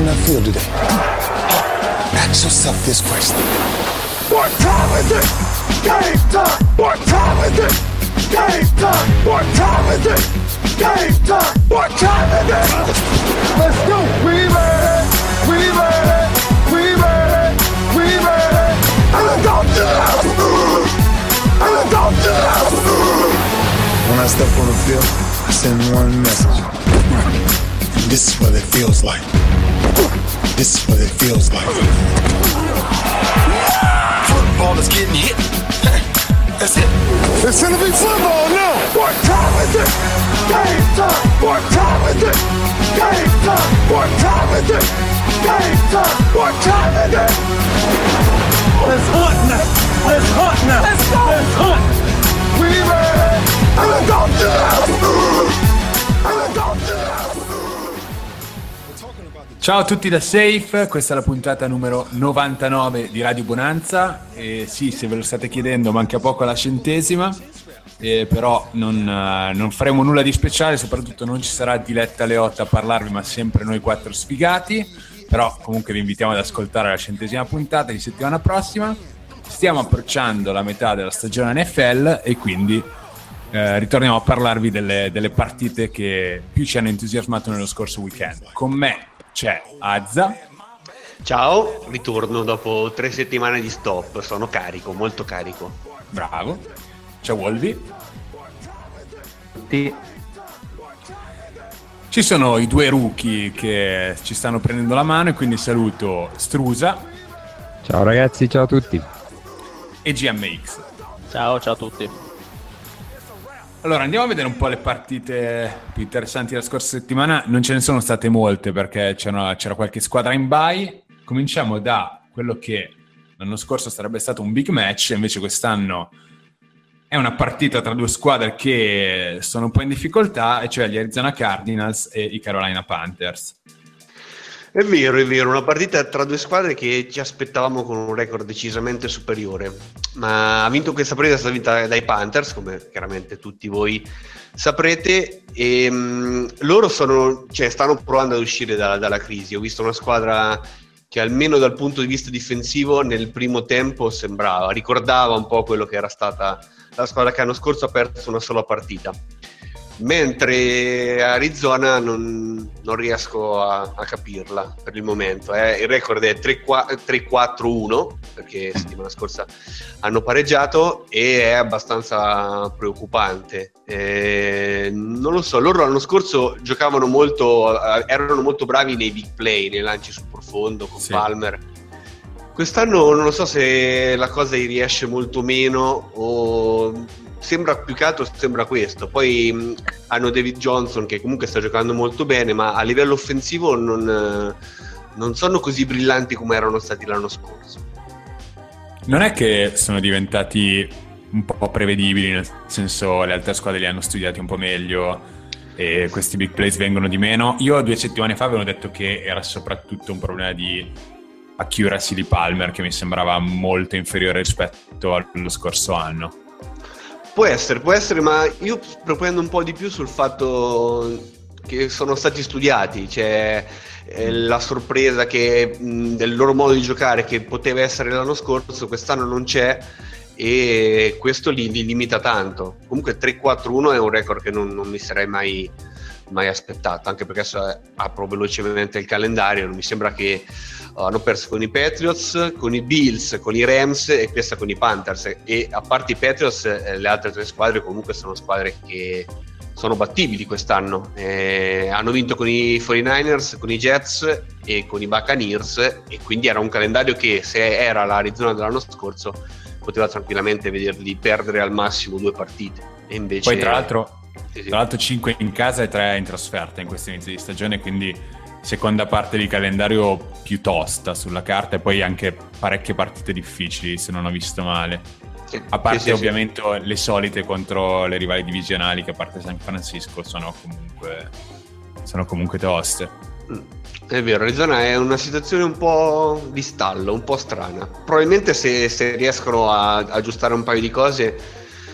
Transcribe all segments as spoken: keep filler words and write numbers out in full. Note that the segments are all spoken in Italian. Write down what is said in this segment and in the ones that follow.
on that field today? Ask yourself this question. What time is it? Game time! What time is it? Game time! What time is it? Game time! What time is it? Let's go! We made it! We made it! We made it! We made it! And let's go to the house! And let's go to the house! When I step on the field, I send one message. This is what it feels like. This is what it feels like. Football is getting hit. That's it. It's gonna be football now. What time is it? Game time. What time is it? Game time. What time is it? Game time. What time is it? Let's hunt now. Let's hunt now. Let's go. Let's hunt. We made it. And let's go to the house. And let's go to the house. Ciao a tutti da Safe, questa è la puntata numero novantanove di Radio Bonanza e sì, se ve lo state chiedendo manca poco alla centesima, eh, però non, uh, non faremo nulla di speciale, soprattutto non ci sarà Diletta Leotta a parlarvi, ma sempre noi quattro sfigati, però comunque vi invitiamo ad ascoltare la centesima puntata di settimana prossima. Stiamo approcciando la metà della stagione N F L e quindi eh, ritorniamo a parlarvi delle, delle partite che più ci hanno entusiasmato nello scorso weekend. Con me c'è Azza. Ciao, ritorno dopo tre settimane di stop, sono carico, molto carico. Bravo. C'è Wolvi. Sì. Ci sono i due rookie che ci stanno prendendo la mano e quindi saluto Strusa. Ciao ragazzi, ciao a tutti. E G M X. Ciao, ciao a tutti. Allora, andiamo a vedere un po' le partite più interessanti della scorsa settimana. Non ce ne sono state molte perché c'era, c'era qualche squadra in bye. Cominciamo da quello che l'anno scorso sarebbe stato un big match, invece quest'anno è una partita tra due squadre che sono un po' in difficoltà, e cioè gli Arizona Cardinals e i Carolina Panthers. È vero, è vero, una partita tra due squadre che ci aspettavamo con un record decisamente superiore, ma ha vinto questa partita, è stata vinta dai Panthers, come chiaramente tutti voi saprete, e mh, loro sono, cioè, stanno provando ad uscire da, dalla crisi. Ho visto una squadra che almeno dal punto di vista difensivo nel primo tempo sembrava, ricordava un po' quello che era stata la squadra che l'anno scorso ha perso una sola partita. Mentre Arizona non, non riesco a, a capirla per il momento. Eh. Il record è tre quattro uno perché settimana scorsa hanno pareggiato e è abbastanza preoccupante. Eh, non lo so, loro l'anno scorso giocavano molto, erano molto bravi nei big play, nei lanci sul profondo con sì. Palmer. Quest'anno non lo so se la cosa gli riesce molto meno o... Sembra più che altro sembra questo. Poi mh, hanno David Johnson che comunque sta giocando molto bene, ma a livello offensivo non, eh, non sono così brillanti come erano stati l'anno scorso. Non è che sono diventati un po' prevedibili, nel senso le altre squadre li hanno studiati un po' meglio e questi big plays vengono di meno. Io due settimane fa avevo detto che era soprattutto un problema di accuracy di Palmer, che mi sembrava molto inferiore rispetto allo scorso anno. Può essere, può essere, ma io propendo un po' di più sul fatto che sono stati studiati, cioè eh, la sorpresa che mh, del loro modo di giocare che poteva essere l'anno scorso, quest'anno non c'è e questo li, li limita tanto. Comunque tre quattro uno è un record che non, non mi sarei mai, mai aspettato, anche perché adesso apro velocemente il calendario, non mi sembra che uh, hanno perso con i Patriots, con i Bills, con i Rams e questa con i Panthers, e a parte i Patriots eh, le altre tre squadre comunque sono squadre che sono battibili quest'anno. Eh, hanno vinto con i quarantanovers, con i Jets e con i Buccaneers, e quindi era un calendario che, se era l'Arizona dell'anno scorso, poteva tranquillamente vederli perdere al massimo due partite. E invece poi tra l'altro sì, sì. tra l'altro cinque in casa e tre in trasferta in questo inizio di stagione, quindi seconda parte di calendario più tosta sulla carta, e poi anche parecchie partite difficili, se non ho visto male. Sì, a parte sì, sì, ovviamente sì. le solite contro le rivali divisionali, che a parte San Francisco sono comunque sono comunque toste. È vero, Arizona è una situazione un po' di stallo, un po' strana. Probabilmente se, se riescono a aggiustare un paio di cose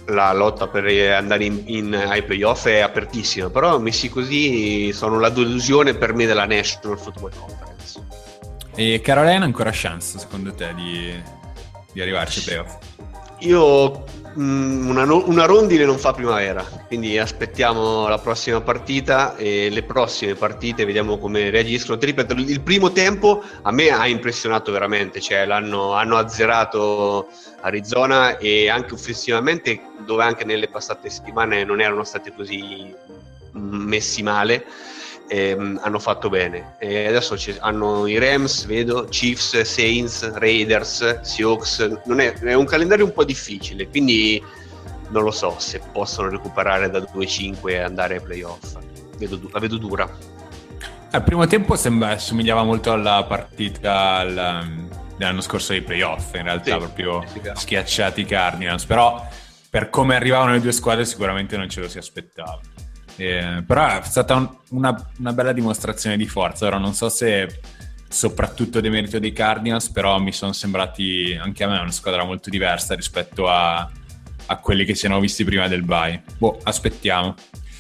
la lotta per andare in, in, ai playoff è apertissima, però messi così sono la delusione per me della National Football Conference. E Carolina ancora chance secondo te di, di arrivarci ai playoff? Io mh, una, una rondine non fa primavera, quindi aspettiamo la prossima partita e le prossime partite, vediamo come reagiscono. Ti ripeto, il primo tempo a me ha impressionato veramente, cioè l'hanno hanno azzerato Arizona, e anche offensivamente, dove anche nelle passate settimane non erano stati così messi male, ehm, hanno fatto bene. E adesso ci, hanno i Rams, vedo, Chiefs, Saints, Raiders, Seahawks. Non è, è un calendario un po' difficile, quindi non lo so se possono recuperare da due cinque e andare ai playoff. Vedo, la vedo dura. Al primo tempo sembra, somigliava molto alla partita al, dell'anno scorso dei playoff, in realtà, sì, proprio sì, schiacciati i Cardinals, però per come arrivavano le due squadre sicuramente non ce lo si aspettava. Eh, però è stata un, una, una bella dimostrazione di forza. Ora non so se soprattutto demerito dei Cardinals, però mi sono sembrati anche a me una squadra molto diversa rispetto a, a quelli che si erano visti prima del bye. Boh, aspettiamo.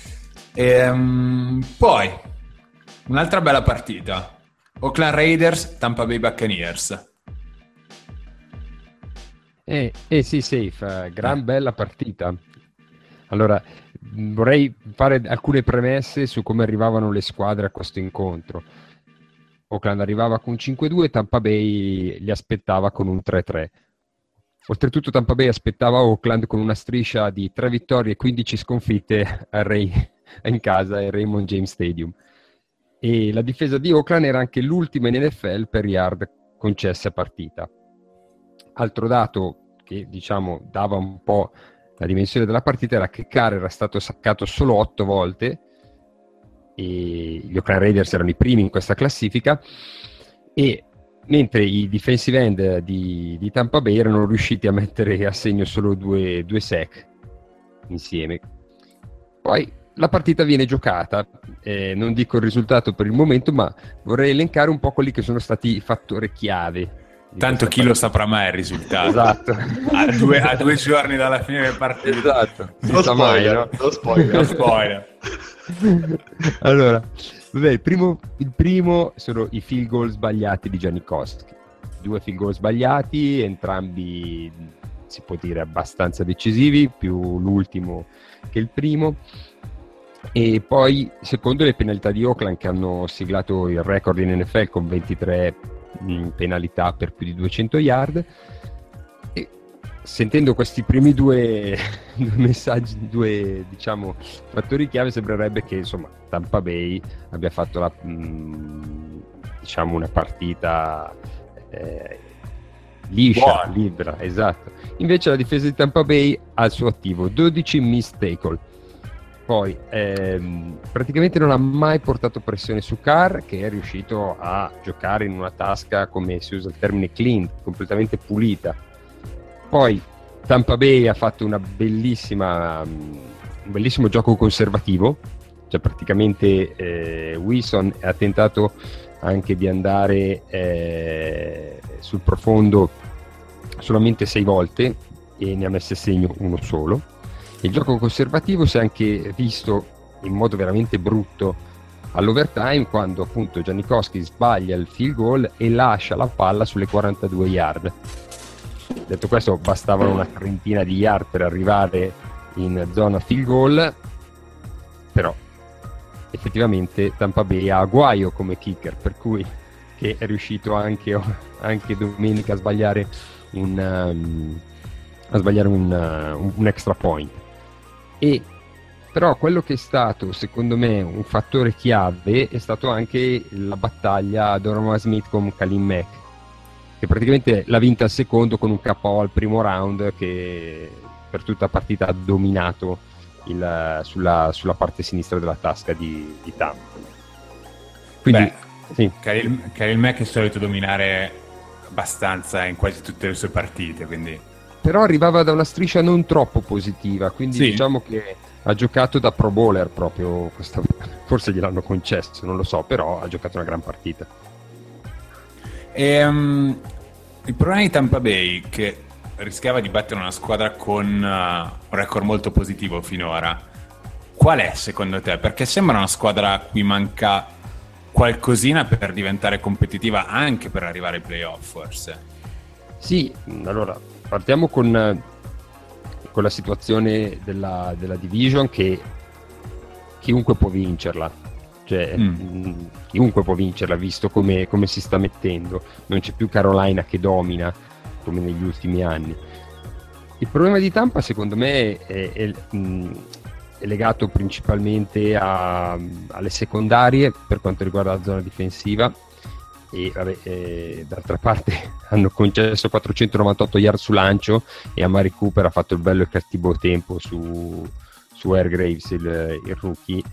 Ehm, poi un'altra bella partita, Oakland Raiders, Tampa Bay Buccaneers. Eh, eh sì, safe, gran eh. bella partita. Allora, vorrei fare alcune premesse su come arrivavano le squadre a questo incontro. Oakland arrivava con cinque due, Tampa Bay li aspettava con un tre tre. Oltretutto Tampa Bay aspettava Oakland con una striscia di tre vittorie e quindici sconfitte a Ray, in casa al Raymond James Stadium. E la difesa di Oakland era anche l'ultima in N F L per yard concesse a partita. Altro dato che, diciamo, dava un po' la dimensione della partita era che Carr era stato saccato solo otto volte, e gli Oakland Raiders erano i primi in questa classifica, e mentre i defensive end di, di Tampa Bay erano riusciti a mettere a segno solo due, due sack insieme. Poi la partita viene giocata, eh, non dico il risultato per il momento, ma vorrei elencare un po' quelli che sono stati i fattori chiave. Tanto chi partita. Lo saprà mai il risultato. Esatto. A due, a due giorni dalla fine del partito. Esatto. Non spoiler, no? non spoiler. Non spoiler. Allora, vabbè, il primo, il primo sono i field goal sbagliati di Janikowski. Due field goal sbagliati, entrambi si può dire abbastanza decisivi, più l'ultimo che il primo. E poi, secondo le penalità di Oakland, che hanno siglato il record in N F L con ventitré mh, penalità per più di duecento yard. E sentendo questi primi due, due messaggi, due diciamo fattori chiave, sembrerebbe che insomma Tampa Bay abbia fatto la, mh, diciamo una partita eh, liscia, Buona. libera, esatto. Invece la difesa di Tampa Bay ha al suo attivo dodici missed tackle. Poi ehm, praticamente non ha mai portato pressione su Carr, che è riuscito a giocare in una tasca, come si usa il termine, clean, completamente pulita. Poi Tampa Bay ha fatto una bellissima um, un bellissimo gioco conservativo, cioè praticamente eh, Wilson ha tentato anche di andare eh, sul profondo solamente sei volte e ne ha messe segno uno solo. Il gioco conservativo si è anche visto in modo veramente brutto all'overtime, quando appunto Janikowski sbaglia il field goal e lascia la palla sulle quarantadue yard. Detto questo, bastavano una trentina di yard per arrivare in zona field goal, però effettivamente Tampa Bay ha Aguayo come kicker, per cui che è riuscito anche, anche domenica a sbagliare un, um, a sbagliare un, uh, un extra point. E però quello che è stato secondo me un fattore chiave è stato anche la battaglia Donovan Smith con Khalil Mack, che praticamente l'ha vinta al secondo con un K O al primo round, che per tutta la partita ha dominato il, sulla, sulla parte sinistra della tasca di, di Tampa. Quindi Beh, sì. Khalil, Khalil Mack è solito dominare abbastanza in quasi tutte le sue partite, quindi però arrivava da una striscia non troppo positiva, quindi sì, diciamo che ha giocato da pro bowler proprio questa, forse gliel'hanno concesso, non lo so, però ha giocato una gran partita. E, um, il problema di Tampa Bay, che rischiava di battere una squadra con uh, un record molto positivo finora. Qual è secondo te? Perché sembra una squadra a cui manca qualcosina per diventare competitiva, anche per arrivare ai playoff forse. Sì, allora partiamo con, con la situazione della, della division, che chiunque può vincerla, cioè mm. chiunque può vincerla visto come, come si sta mettendo. Non c'è più Carolina che domina come negli ultimi anni. Il problema di Tampa secondo me è, è, è legato principalmente a, alle secondarie per quanto riguarda la zona difensiva, e vabbè, eh, d'altra parte hanno concesso quattrocentonovantotto yard su lancio e Amari Cooper ha fatto il bello e cattivo tempo su, su Hargraves, il, il rookie,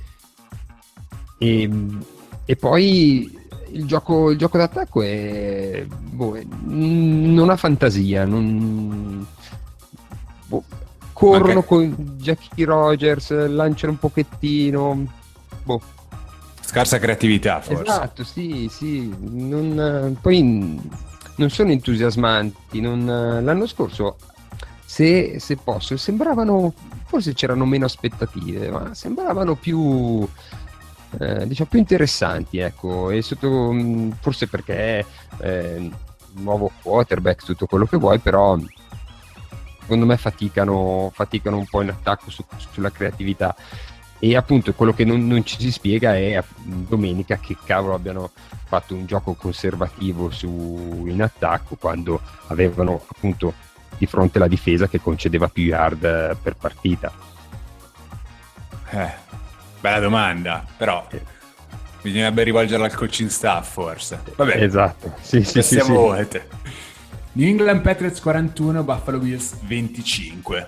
e, e poi il gioco, il gioco d'attacco è, boh, non ha fantasia, non, boh, corrono Manca... con Jackie Rogers, lanciano un pochettino, boh. Scarsa creatività forse. Esatto, sì, sì, non, poi non sono entusiasmanti. Non, l'anno scorso, se, se posso, sembravano, forse c'erano meno aspettative, ma sembravano più, eh, diciamo, più interessanti, ecco, e sotto, forse perché eh, nuovo quarterback, tutto quello che vuoi, però secondo me faticano, faticano un po' in attacco su, sulla creatività. E appunto quello che non, non ci si spiega è domenica che cavolo abbiano fatto un gioco conservativo su, in attacco, quando avevano appunto di fronte la difesa che concedeva più yard per partita. Eh, bella domanda, però eh. bisognerebbe rivolgerla al coaching staff forse. Vabbè, esatto, sì, sì, sì, sì. Volte. New England Patriots quarantuno, Buffalo Bills venticinque.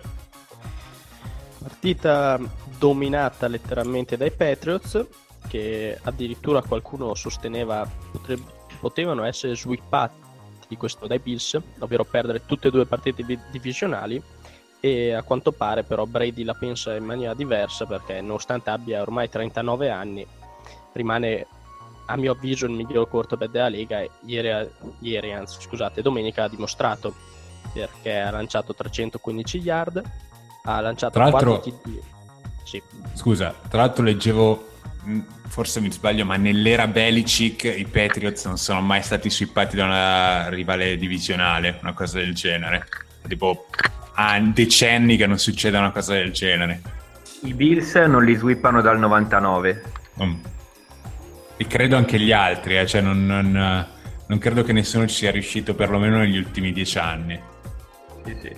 Partita dominata letteralmente dai Patriots, che addirittura qualcuno sosteneva potre- potevano essere sweepati di questo dai Bills, ovvero perdere tutte e due partite vi- divisionali, e a quanto pare però Brady la pensa in maniera diversa, perché nonostante abbia ormai trentanove anni rimane a mio avviso il miglior quarterback della Lega, e ieri, ieri anzi scusate domenica ha dimostrato, perché ha lanciato trecentoquindici yard, ha lanciato tra l'altro quattro T D. Sì. Scusa, tra l'altro leggevo, forse mi sbaglio, ma nell'era Belichick i Patriots non sono mai stati sweepati da una rivale divisionale, una cosa del genere. Tipo, ha decenni che non succede una cosa del genere. I Bills non li sweepano dal novantanove. Mm. E credo anche gli altri, eh? Cioè non, non, non credo che nessuno ci sia riuscito perlomeno negli ultimi dieci anni. Sì, sì.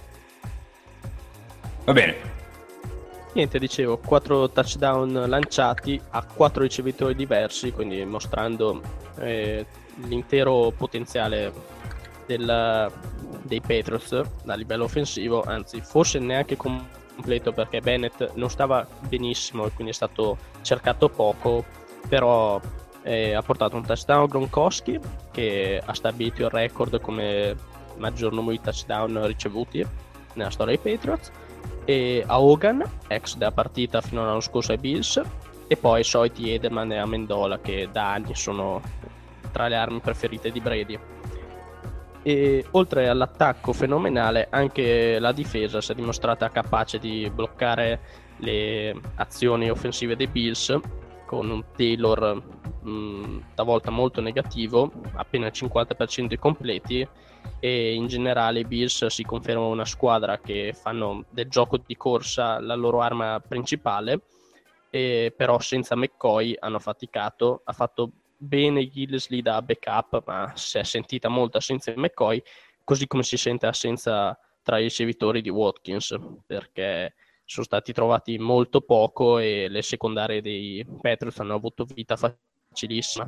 Va bene. Niente, dicevo, quattro touchdown lanciati a quattro ricevitori diversi, quindi mostrando eh, l'intero potenziale del, dei Patriots a livello offensivo, anzi forse neanche completo, perché Bennett non stava benissimo e quindi è stato cercato poco, però eh, ha portato un touchdown a Gronkowski, che ha stabilito il record come maggior numero di touchdown ricevuti nella storia dei Patriots, e a Hogan, ex della partita fino all'anno scorso ai Bills, e poi soliti Edelman e Amendola, che da anni sono tra le armi preferite di Brady. E oltre all'attacco fenomenale, anche la difesa si è dimostrata capace di bloccare le azioni offensive dei Bills, con un Taylor mh, talvolta molto negativo, appena il cinquanta per cento di completi, e in generale i Bills si confermano una squadra che fanno del gioco di corsa la loro arma principale, e però senza McCoy hanno faticato. Ha fatto bene Gillislee da backup, ma si è sentita molto assenza di McCoy, così come si sente assenza tra i ricevitori di Watkins, perché sono stati trovati molto poco e le secondarie dei Patriots hanno avuto vita facilissima.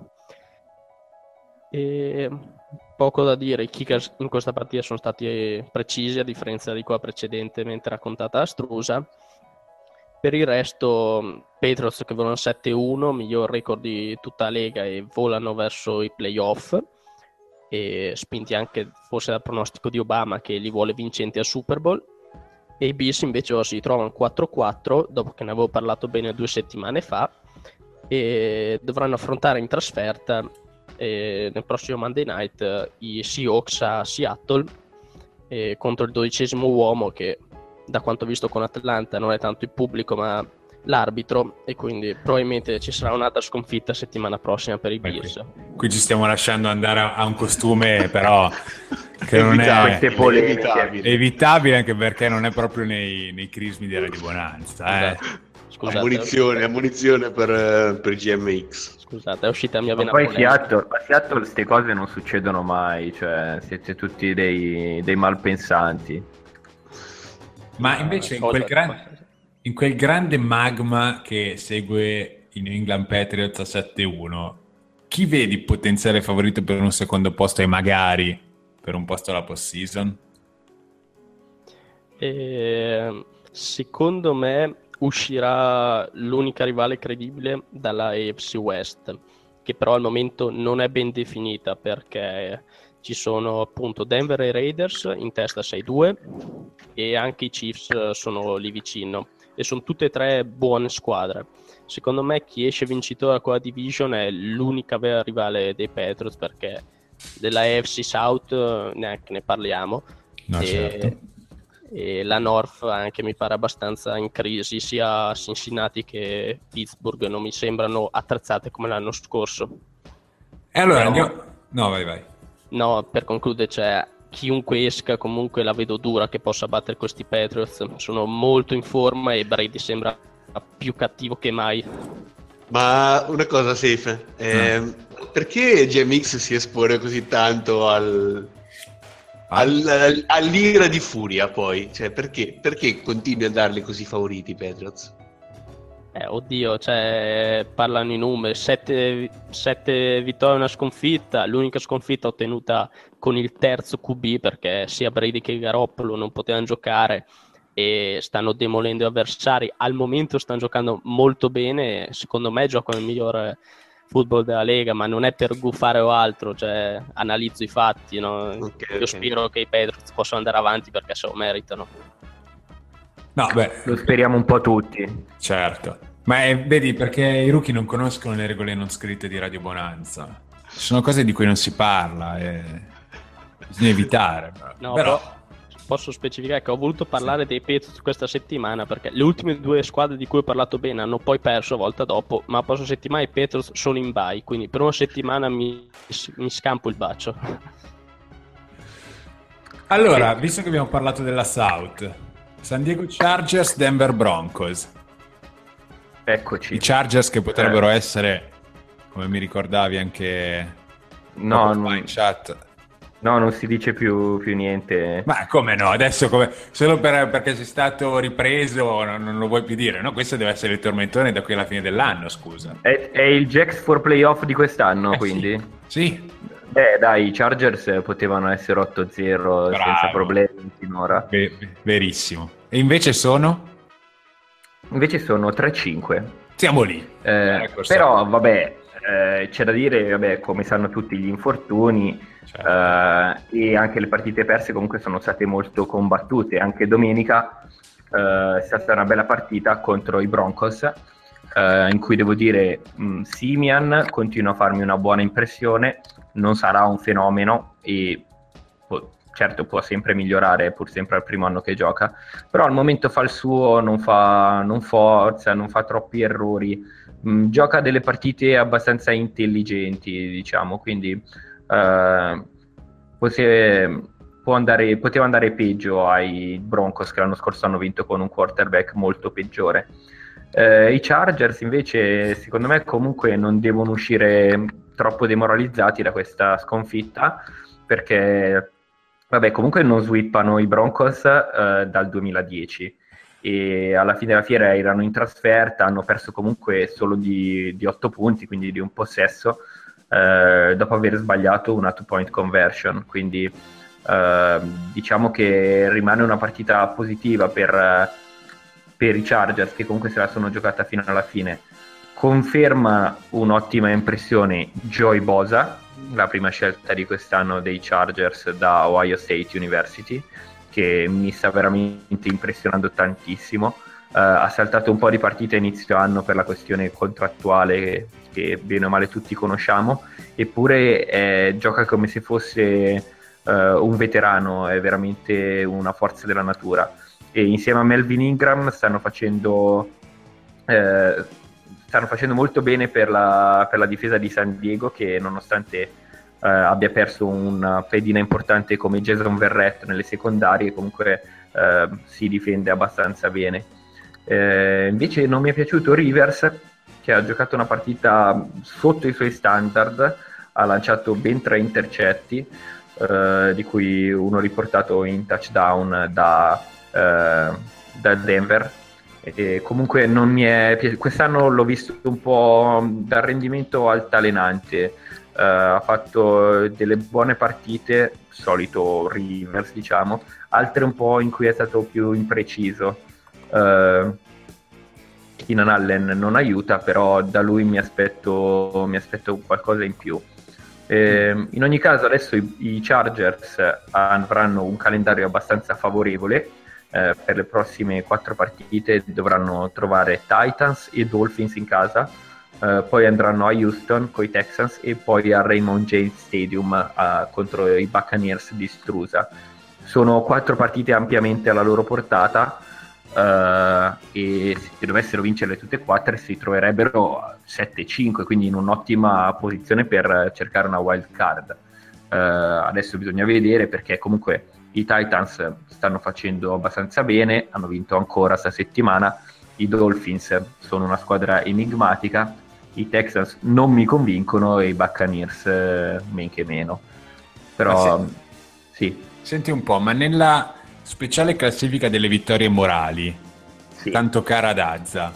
E poco da dire, i kickers in questa partita sono stati precisi, a differenza di quella precedentemente raccontata a Strusa. Per il resto Patriots che volano sette uno, miglior record di tutta la Lega, e volano verso i playoff, e spinti anche forse dal pronostico di Obama che li vuole vincenti al Super Bowl. E i Bills invece ora si trovano quattro quattro, dopo che ne avevo parlato bene due settimane fa, e dovranno affrontare in trasferta eh, nel prossimo Monday Night eh, i Seahawks a Seattle, e contro il dodicesimo uomo che, da quanto ho visto con Atlanta, non è tanto il pubblico ma l'arbitro, e quindi probabilmente ci sarà un'altra sconfitta settimana prossima per i Bills. Qui, qui ci stiamo lasciando andare a, a un costume però che non è queste polemiche. Evitabile. evitabile, anche perché non è proprio nei, nei crismi della di Bonanza. Eh. Scusate, ammonizione, ammonizione per, per G M X. Scusate, è uscita la mia vena. Ma poi polemica. Seattle, a Seattle queste cose non succedono mai, cioè siete tutti dei, dei malpensanti. Ma invece in quel, gran, in quel grande magma che segue i New England Patriots a sette uno, chi vedi potenziale favorito per un secondo posto e magari per un posto alla postseason? E, secondo me uscirà l'unica rivale credibile dalla A F C West, che però al momento non è ben definita, perché ci sono appunto Denver e Raiders in testa sei due e anche i Chiefs sono lì vicino, e sono tutte e tre buone squadre. Secondo me chi esce vincitore da quella division è l'unica vera rivale dei Patriots, perché della A F C South neanche ne parliamo. No, e, certo. e la North anche mi pare abbastanza in crisi, sia Cincinnati che Pittsburgh non mi sembrano attrezzate come l'anno scorso. E allora No. andiamo... No, vai vai. No, per concludere, cioè, chiunque esca comunque la vedo dura che possa battere questi Patriots. Sono molto in forma e Brady sembra più cattivo che mai. Ma una cosa, Safe, eh, Mm. perché G M X si espone così tanto al, al, al- all'ira di furia poi? Cioè, perché, perché continui a darli così favoriti i Patriots? Eh, oddio, cioè, parlano i numeri, sette, sette vittorie e una sconfitta, l'unica sconfitta ottenuta con il terzo Q B, perché sia Brady che Garoppolo non potevano giocare e stanno demolendo gli avversari. Al momento stanno giocando molto bene, secondo me giocano il miglior football della Lega, ma non è per gufare o altro, cioè analizzo i fatti, no? Ok, Io ok. spero che i Patriots possano andare avanti perché se lo meritano. No, beh, Lo speriamo un po' tutti. certo. Ma è- vedi, perché i rookie non conoscono le regole non scritte di Radio Bonanza. Ci sono cose di cui non si parla e bisogna evitare. No, Però, però posso specificare che ho voluto parlare dei Patriots questa settimana perché le ultime due squadre di cui ho parlato bene hanno poi perso volta dopo, ma la prossima settimana i Patriots sono in bye, quindi per una settimana mi, mi scampo il bacio. allora, visto che abbiamo parlato della South, San Diego Chargers, Denver Broncos. Eccoci. I Chargers che potrebbero Eh. essere, come mi ricordavi anche No, poco fa non, in chat. no, non si dice più, più niente. Ma come no? Adesso come... solo per- perché sei stato ripreso non, non lo vuoi più dire, no? Questo deve essere il tormentone da qui alla fine dell'anno, scusa. È, è il Jax for playoff di quest'anno, Eh, quindi? Sì. Sì. Beh, dai, i Chargers potevano essere otto zero Bravo. senza problemi finora. Ve- verissimo. E invece sono? Invece sono tre cinque. Siamo lì. Eh, Ecco, però, vabbè, eh, c'è da dire, vabbè, come sanno tutti, gli infortuni Certo. eh, e anche le partite perse comunque sono state molto combattute. Anche domenica eh, è stata una bella partita contro i Broncos, eh, in cui devo dire mh, Simian continua a farmi una buona impressione, non sarà un fenomeno e può- certo può sempre migliorare, pur sempre al primo anno che gioca, però al momento fa il suo, non fa, non forza, non fa troppi errori, mh, gioca delle partite abbastanza intelligenti, diciamo, quindi eh, pote- può andare, poteva andare peggio ai Broncos, che l'anno scorso hanno vinto con un quarterback molto peggiore. Eh, I Chargers invece secondo me comunque non devono uscire troppo demoralizzati da questa sconfitta, perché vabbè, comunque non sweepano i Broncos eh, dal duemiladieci e alla fine della fiera erano in trasferta, hanno perso comunque solo di, di otto punti, quindi di un possesso, eh, dopo aver sbagliato una two point conversion, quindi eh, diciamo che rimane una partita positiva per, eh, per i Chargers, che comunque se la sono giocata fino alla fine. Conferma un'ottima impressione Joey Bosa, la prima scelta di quest'anno dei Chargers da Ohio State University, che mi sta veramente impressionando tantissimo. Uh, ha saltato un po' di partite a inizio anno per la questione contrattuale che, che bene o male tutti conosciamo, eppure eh, gioca come se fosse uh, un veterano, è veramente una forza della natura. E insieme a Melvin Ingram stanno facendo eh, stanno facendo molto bene per la, per la difesa di San Diego, che nonostante eh, abbia perso una pedina importante come Jason Verrett nelle secondarie, comunque eh, si difende abbastanza bene. Eh, invece non mi è piaciuto Rivers, che ha giocato una partita sotto i suoi standard, ha lanciato ben tre intercetti, eh, di cui uno riportato in touchdown da Uh, da Denver. E comunque non mi è pi- quest'anno l'ho visto un po' dal rendimento altalenante, uh, ha fatto delle buone partite, solito Rivers diciamo, altre un po' in cui è stato più impreciso. uh, Keenan Allen non aiuta, però da lui mi aspetto, mi aspetto qualcosa in più. Eh, in ogni caso adesso i, i Chargers avranno un calendario abbastanza favorevole. Eh, per le prossime quattro partite dovranno trovare Titans e Dolphins in casa, eh, poi andranno a Houston con i Texans e poi al Raymond James Stadium eh, contro i Buccaneers di Strusa. Sono quattro partite ampiamente alla loro portata, eh, e se dovessero vincerle tutte e quattro si troverebbero sette cinque, quindi in un'ottima posizione per cercare una wild card. Eh, adesso bisogna vedere, perché comunque i Titans stanno facendo abbastanza bene, hanno vinto ancora sta settimana, i Dolphins sono una squadra enigmatica, i Texans non mi convincono e i Buccaneers eh, men che meno. Però se... sì. Senti un po', ma nella speciale classifica delle vittorie morali, sì. tanto cara ad Azza,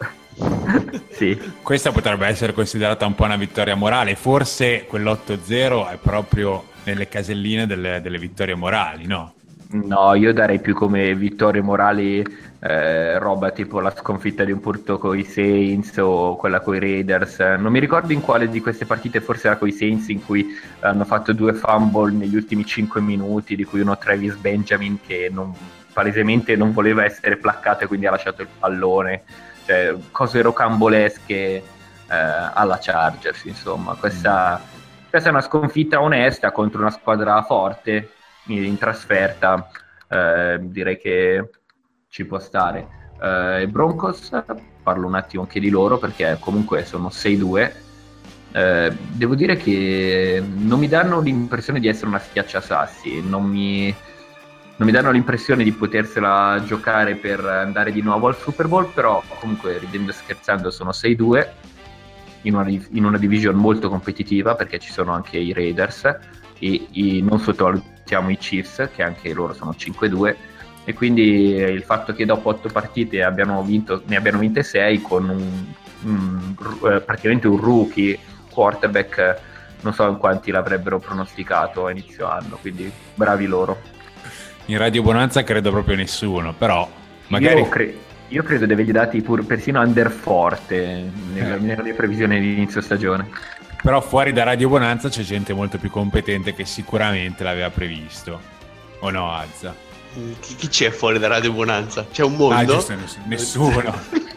sì. questa potrebbe essere considerata un po' una vittoria morale, forse quell'otto zero è proprio nelle caselline delle, delle vittorie morali, no? No, io darei più come vittorie morali eh, roba tipo la sconfitta di un Porto con i Saints o quella con i Raiders. Non mi ricordo in quale di queste partite, forse era con i Saints, in cui hanno fatto due fumble negli ultimi cinque minuti, di cui uno Travis Benjamin che non, palesemente non voleva essere placcato e quindi ha lasciato il pallone. Cioè, cose rocambolesche eh, alla Chargers, insomma. Questa, questa è una sconfitta onesta contro una squadra forte in trasferta, eh, direi che ci può stare. Eh, Broncos, parlo un attimo anche di loro perché comunque sono sei due. Eh, devo dire che non mi danno l'impressione di essere una schiacciasassi, non mi, non mi danno l'impressione di potersela giocare per andare di nuovo al Super Bowl, però comunque, ridendo e scherzando, sono sei due in una, in una division molto competitiva, perché ci sono anche i Raiders e i, non sottovalutiamo i Chiefs, che anche loro sono cinque due, e quindi il fatto che dopo otto partite abbiano vinto, ne abbiano vinte sei con un, un, praticamente un rookie quarterback, non so in quanti l'avrebbero pronosticato a inizio anno, quindi bravi loro. In Radio Bonanza credo proprio nessuno, però magari... Io, cre- io credo di avergli dati pur persino under forte nella, eh. nella mia previsione di inizio stagione. Però fuori da Radio Bonanza c'è gente molto più competente che sicuramente l'aveva previsto. O no, Azza? Chi, chi c'è fuori da Radio Bonanza? C'è un mondo? Ah, giusto, nessuno.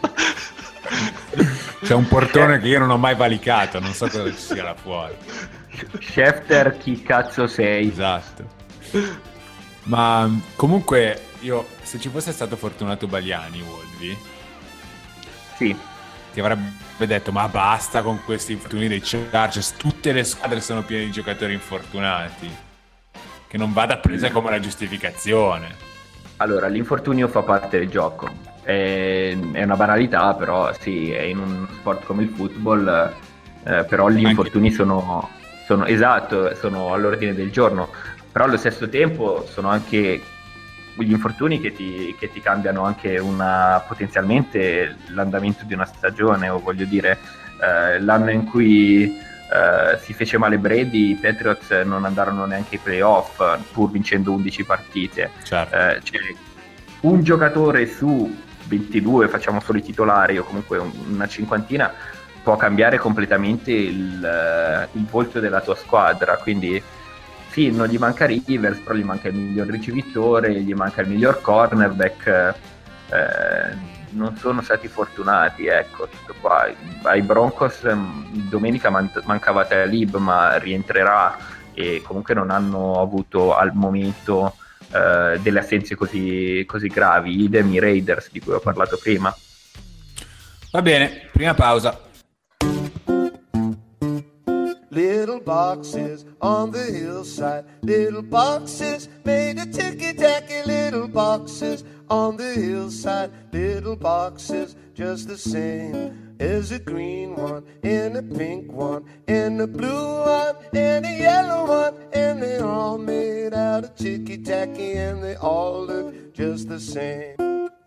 C'è un portone che io non ho mai valicato, non so cosa ci sia là fuori. Schefter, chi cazzo sei? Esatto. Ma comunque io, se ci fosse stato Fortunato Bagliani, Wolvi, sì, ti avrebbe detto ma basta con questi infortuni dei Chargers, tutte le squadre sono piene di giocatori infortunati, che non vada presa come una giustificazione. Allora, l'infortunio fa parte del gioco, è, è una banalità, però sì, è in un sport come il football, eh, però gli infortuni sono, sono esatto, sono all'ordine del giorno, però allo stesso tempo sono anche gli infortuni che ti, che ti cambiano anche una, potenzialmente l'andamento di una stagione, o voglio dire, eh, l'anno in cui eh, si fece male Brady, i Patriots non andarono neanche ai playoff pur vincendo undici partite. Certo. Eh, cioè, un giocatore su ventidue, facciamo solo i titolari, o comunque un, una cinquantina, può cambiare completamente il, il volto della tua squadra, quindi sì, non gli manca Rivers, però gli manca il miglior ricevitore, gli manca il miglior cornerback, eh, non sono stati fortunati, ecco, tutto qua. Ai Broncos domenica man- mancava Talib, ma rientrerà e comunque non hanno avuto al momento uh, delle assenze così, così gravi. Idem i Raiders di cui ho parlato prima. Va bene, prima pausa. Little boxes on the hillside, little boxes made of ticky-tacky, little boxes on the hillside, little boxes just the same as a green one, and a pink one, and a blue one, and a yellow one, and they're all made out of ticky-tacky, and they all look just the same.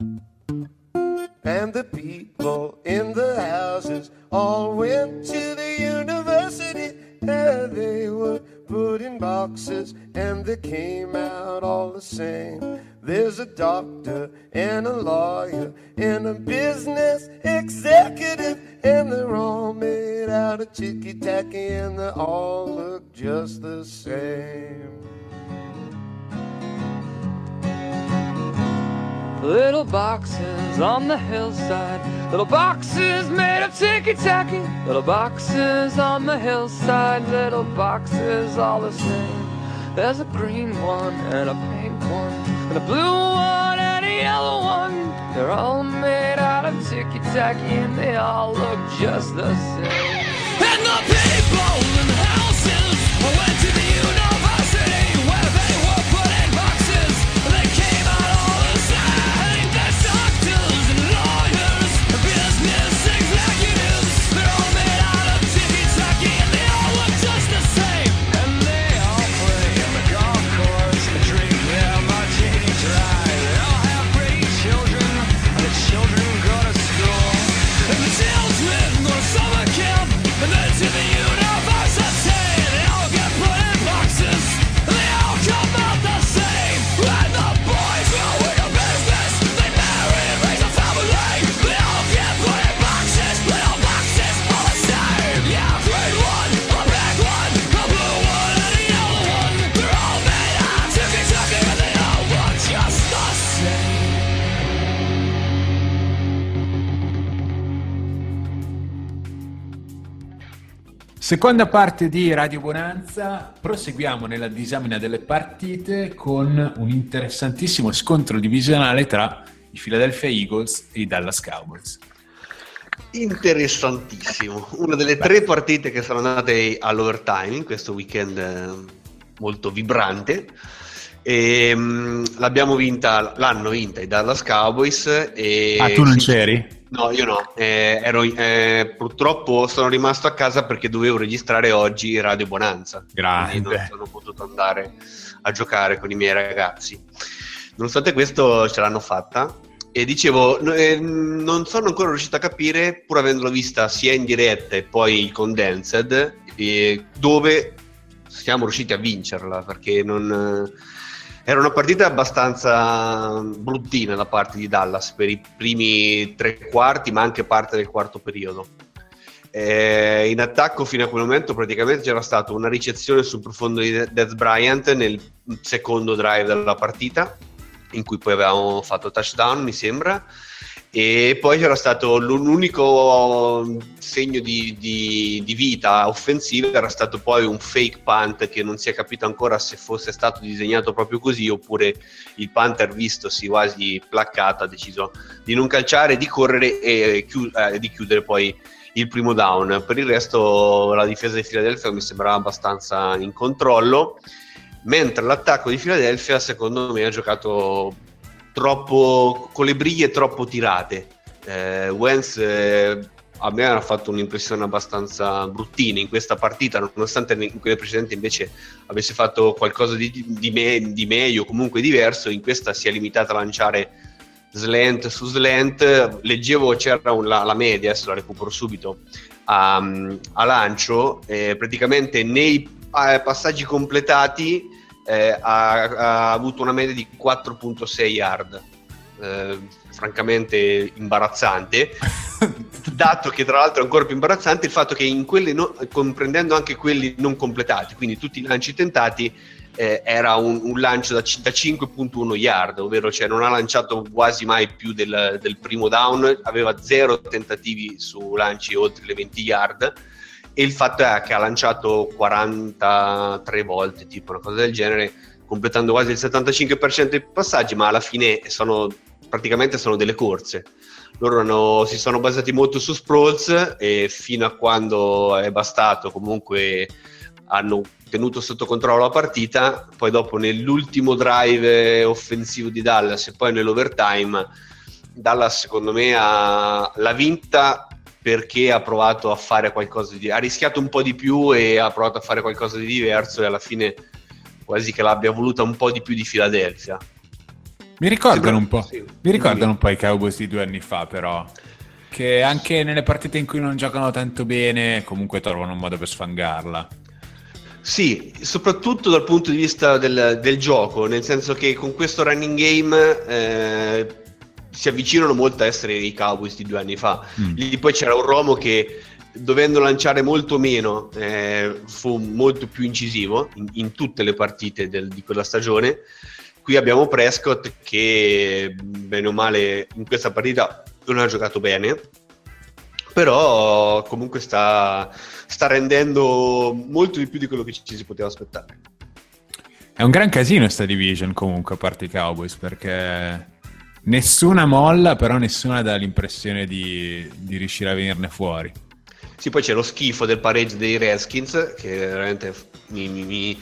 And the people in the houses all went to the university, and they were put in boxes, and they came out all the same. There's a doctor and a lawyer and a business executive, and they're all made out of ticky-tacky, and they all look just the same. Little boxes on the hillside, little boxes made of ticky-tacky, little boxes on the hillside, little boxes all the same. There's a green one and a pink one, and a blue one and a yellow one. They're all made out of ticky-tacky, and they all look just the same. And the people in the houses went to the university where they were put in boxes. They came out all the same. There's doctors and lawyers and business executives. They're all made out of ticky-tacky, and they all look just the same. And they all play in the golf course and drink their martini dry. They all have pretty children, and the children go to school. And the children go to summer camp, and then to the university. They all get put in boxes, and they all come out the same. And the boys go into business, they marry and raise a family. They all get put in boxes, little boxes all the same. Yeah, a green one, a black one, a blue one, and a yellow one. They're all made out of ticky-tacky, and they all look just the same. Seconda parte di Radio Bonanza, proseguiamo nella disamina delle partite con un interessantissimo scontro divisionale tra i Philadelphia Eagles e i Dallas Cowboys. Interessantissimo, una delle tre partite che sono andate all'overtime in questo weekend eh, molto vibrante. E, mh, l'abbiamo vinta, l'hanno vinta i Dallas Cowboys. E Ah, tu non sì, c'eri? No, io no, eh, ero, eh, purtroppo sono rimasto a casa perché dovevo registrare oggi Radio Bonanza. Grande. Quindi non sono potuto andare a giocare con i miei ragazzi. Nonostante questo ce l'hanno fatta. E dicevo, eh, non sono ancora riuscito a capire, pur avendolo vista sia in diretta e poi il condensed, eh, dove siamo riusciti a vincerla, perché non... Era una partita abbastanza bruttina da parte di Dallas per i primi tre quarti, ma anche parte del quarto periodo. Eh, in attacco fino a quel momento praticamente c'era stata una ricezione sul profondo di Dez Bryant nel secondo drive della partita, in cui poi avevamo fatto touchdown, mi sembra, e poi c'era stato l'unico segno di, di, di vita offensiva, era stato poi un fake punt che non si è capito ancora se fosse stato disegnato proprio così oppure il punter, vistosi quasi placcato, ha deciso di non calciare, di correre e chiud- eh, di chiudere poi il primo down. Per il resto la difesa di Philadelphia mi sembrava abbastanza in controllo, mentre l'attacco di Philadelphia secondo me ha giocato troppo con le briglie troppo tirate. eh, Wentz eh, a me ha fatto un'impressione abbastanza bruttina in questa partita, nonostante in quelle precedenti invece avesse fatto qualcosa di, di, me, di meglio, comunque diverso. In questa si è limitata a lanciare slant su slant. Leggevo c'era un, la, la media, adesso la recupero subito, a, a lancio, eh, praticamente nei eh, passaggi completati Eh, ha, ha avuto una media di quattro virgola sei yard, eh, francamente imbarazzante. Dato che tra l'altro è ancora più imbarazzante il fatto che in quelli no, comprendendo anche quelli non completati, quindi tutti i lanci tentati, eh, era un, un lancio da, da cinque virgola uno yard, ovvero cioè non ha lanciato quasi mai più del, del primo down, aveva zero tentativi su lanci oltre le venti yard. e il fatto è che ha lanciato quarantatré volte, tipo una cosa del genere, completando quasi il settantacinque per cento dei passaggi, ma alla fine sono praticamente sono delle corse. Loro hanno, si sono basati molto su sprawls e fino a quando è bastato comunque hanno tenuto sotto controllo la partita. Poi dopo nell'ultimo drive offensivo di Dallas e poi nell'overtime Dallas secondo me ha l'ha vinta perché ha provato a fare qualcosa di, ha rischiato un po' di più e ha provato a fare qualcosa di diverso, e alla fine quasi che l'abbia voluta un po' di più di Philadelphia. Mi ricordano un po', sì. mi ricordano un po' i Cowboys di due anni fa, però, che anche nelle partite in cui non giocano tanto bene comunque trovano un modo per sfangarla. Sì, soprattutto dal punto di vista del, del gioco, nel senso che con questo running game eh, si avvicinano molto a essere i Cowboys di due anni fa. Mm. Lì poi c'era un Romo che, dovendo lanciare molto meno, eh, fu molto più incisivo in, in tutte le partite del, di quella stagione. Qui abbiamo Prescott che, bene o male, in questa partita non ha giocato bene, però comunque sta, sta rendendo molto di più di quello che ci si poteva aspettare. È un gran casino sta division comunque, a parte i Cowboys, perché nessuna molla, però nessuna dà l'impressione di, di riuscire a venirne fuori. Sì, poi c'è lo schifo del pareggio dei Redskins, che veramente mi... mi, mi...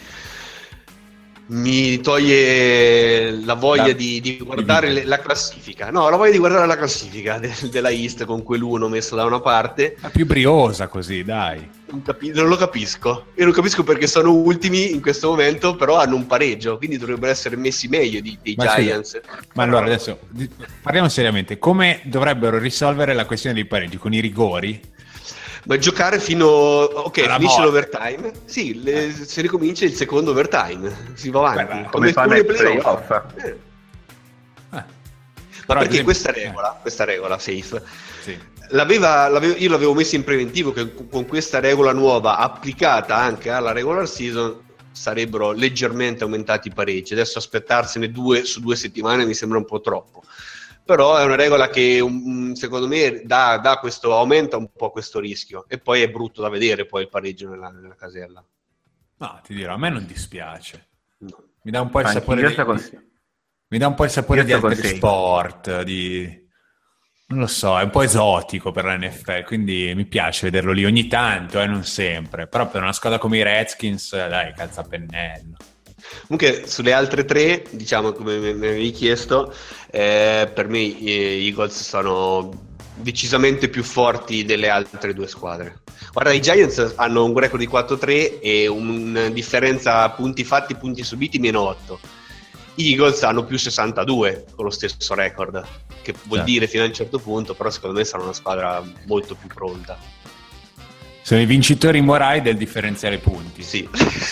mi toglie la voglia la, di, di guardare le, la classifica. No, la voglia di guardare la classifica de, della East con quell'uno messo da una parte. È più briosa così, dai. Non, capi- non lo capisco. Io non capisco perché sono ultimi in questo momento, però hanno un pareggio, quindi dovrebbero essere messi meglio di, dei ma Giants. Sì. Ma allora adesso parliamo seriamente. Come dovrebbero risolvere la questione dei pareggi? Con i rigori? Ma giocare fino... ok, alla finisce morte. L'overtime. Sì, le, se ricomincia il secondo overtime. Si va avanti. Beh, come fanno i playoff. Eh. Eh. Ma Però perché esempio... questa regola, questa regola safe, sì. l'aveva, l'avevo, io l'avevo messo in preventivo che con questa regola nuova applicata anche alla regular season sarebbero leggermente aumentati i pareggi. Adesso aspettarsene due su due settimane mi sembra un po' troppo. Però è una regola che um, secondo me dà, dà questo, aumenta un po' questo rischio, e poi è brutto da vedere poi il pareggio nella, nella casella. No, ti dirò, a me non dispiace. No. Mi dà un po' il Anche sapore io di, sto con- mi dà un po' il sapore Io di sto altri con- sport, di non lo so, è un po' esotico per l'N F L, quindi mi piace vederlo lì ogni tanto, eh, non sempre. Però per una squadra come i Redskins, dai, calza a pennello. Comunque sulle altre tre, diciamo, come mi avevi chiesto, eh, per me gli Eagles sono decisamente più forti delle altre due squadre. Guarda, i Giants hanno un record di quattro tre e una differenza punti fatti, punti subiti meno otto. Gli Eagles hanno più sessantadue con lo stesso record, che vuol certo. dire fino a un certo punto, però secondo me sarà una squadra molto più pronta. Sono i vincitori morali del differenziale punti. Sì.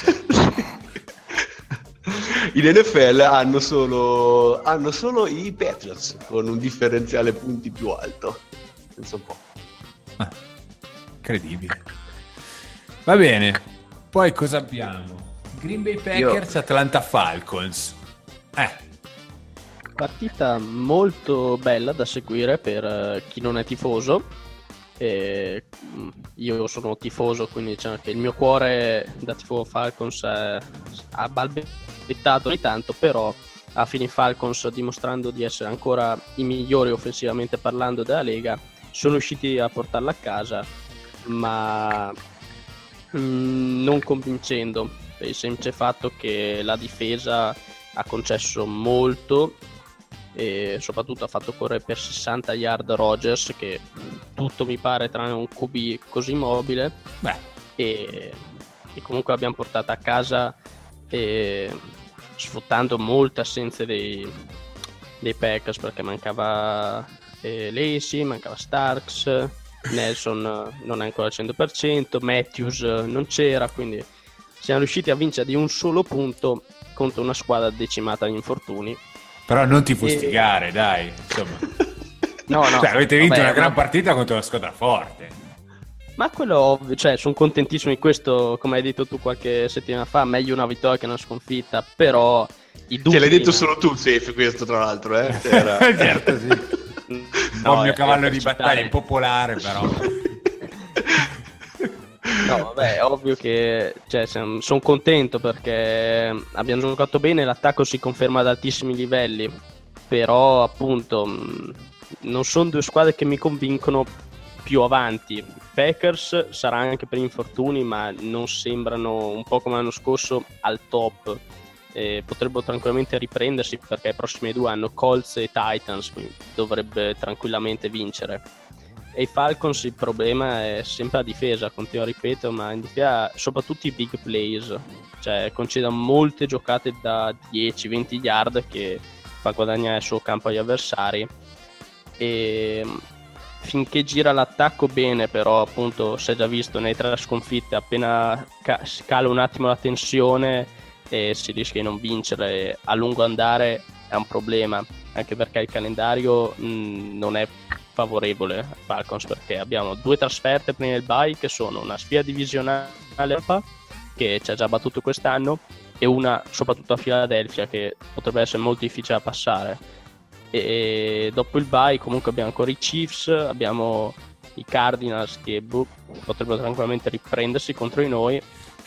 In N F L hanno solo, hanno solo i Patriots con un differenziale punti più alto. Penso un po'. Ah, incredibile. Va bene. Poi cosa abbiamo? Green Bay Packers, Io... Atlanta Falcons. Eh. Partita molto bella da seguire per uh, chi non è tifoso. E io sono tifoso, quindi diciamo che il mio cuore da tifo Falcons è, ha balbettato ogni tanto, però a fine Falcons, dimostrando di essere ancora i migliori offensivamente parlando della Lega, sono riusciti a portarla a casa, ma mh, non convincendo, per il semplice fatto che la difesa ha concesso molto e soprattutto ha fatto correre per sessanta yard Rodgers, che tutto mi pare tranne un Q B così mobile. Beh. E, e comunque abbiamo portato a casa, e, sfruttando molte assenze dei, dei Packers, perché mancava eh, Lacey, mancava Starks, Nelson non è ancora al cento per cento, Matthews non c'era, quindi siamo riusciti a vincere di un solo punto contro una squadra decimata agli infortuni. Però non ti fustigare, e... dai, insomma. No, no. Cioè, avete vinto Vabbè, una gran no. partita contro una squadra forte. Ma quello ovvio, cioè, sono contentissimo di questo, come hai detto tu qualche settimana fa, meglio una vittoria che una sconfitta, però i dubbi... Ce l'hai detto solo tu, Safe, questo tra l'altro, eh? Era... certo, sì. No, il mio cavallo di battaglia è popolare, però... No, vabbè, è ovvio che cioè, sono contento perché abbiamo giocato bene, l'attacco si conferma ad altissimi livelli, però appunto non sono due squadre che mi convincono più avanti. Packers sarà anche per infortuni, ma non sembrano, un po' come l'anno scorso, al top. Eh, potrebbero tranquillamente riprendersi perché i prossimi due hanno Colts e Titans, quindi dovrebbe tranquillamente vincere. E i Falcons il problema è sempre la difesa, continuo a ripetere, ma in difesa soprattutto i big plays, cioè concedono molte giocate da dieci venti yard che fa guadagnare il suo campo agli avversari, e finché gira l'attacco bene, però appunto si è già visto nelle tre sconfitte, appena ca- cala un attimo la tensione e si rischia di non vincere a lungo andare, è un problema, anche perché il calendario mh, non è favorevole ai Falcons, perché abbiamo due trasferte prima del bye che sono una sfida divisionale che ci ha già battuto quest'anno e una soprattutto a Philadelphia che potrebbe essere molto difficile da passare, e dopo il bye comunque abbiamo ancora i Chiefs, abbiamo i Cardinals che boh, potrebbero tranquillamente riprendersi contro di noi.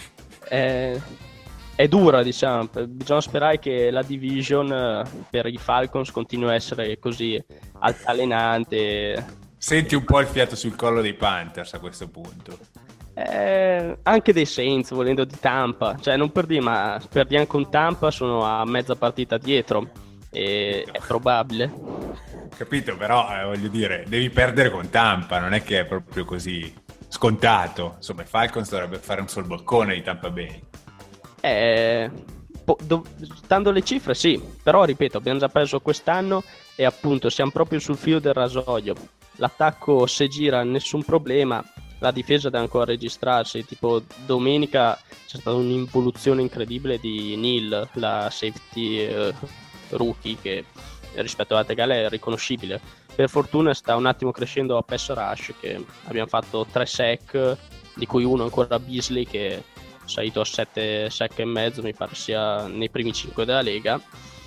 È, è dura, diciamo, bisogna sperare che la division per i Falcons continui a essere così altalenante. Senti un po' il fiato sul collo dei Panthers a questo punto. Eh, anche dei Saints, volendo, di Tampa, cioè non per dire, ma perdiamo con Tampa, sono a mezza partita dietro e è probabile. Capito, però eh, voglio dire, devi perdere con Tampa, non è che è proprio così scontato. Insomma, i Falcons dovrebbe fare un sol boccone di Tampa Bay. Eh, po- do- stando le cifre sì, però ripeto, abbiamo già perso quest'anno e appunto siamo proprio sul filo del rasoio. L'attacco se gira nessun problema, la difesa deve ancora registrarsi, tipo domenica c'è stata un'involuzione incredibile di Neal, la safety eh, rookie, che rispetto alle altre gare è riconoscibile. Per fortuna sta un attimo crescendo a pass rush, che abbiamo fatto tre sack, di cui uno ancora Beasley che è salito a sette sack e mezzo, mi pare sia nei primi cinque della Lega.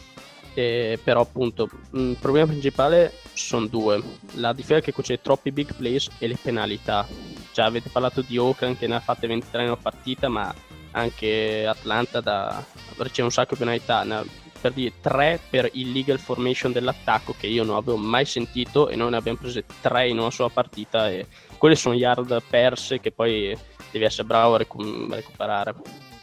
E però appunto il problema principale sono due: la difesa che concede troppi big plays e le penalità. Cioè avete parlato di Oakland che ne ha fatte ventitré in una partita, ma anche Atlanta da... riceve un sacco di penalità, ne ha, per dire, tre per illegal formation dell'attacco che io non avevo mai sentito, e noi ne abbiamo prese tre in una sola partita, e quelle sono yard perse che poi devi essere bravo a recu- recuperare.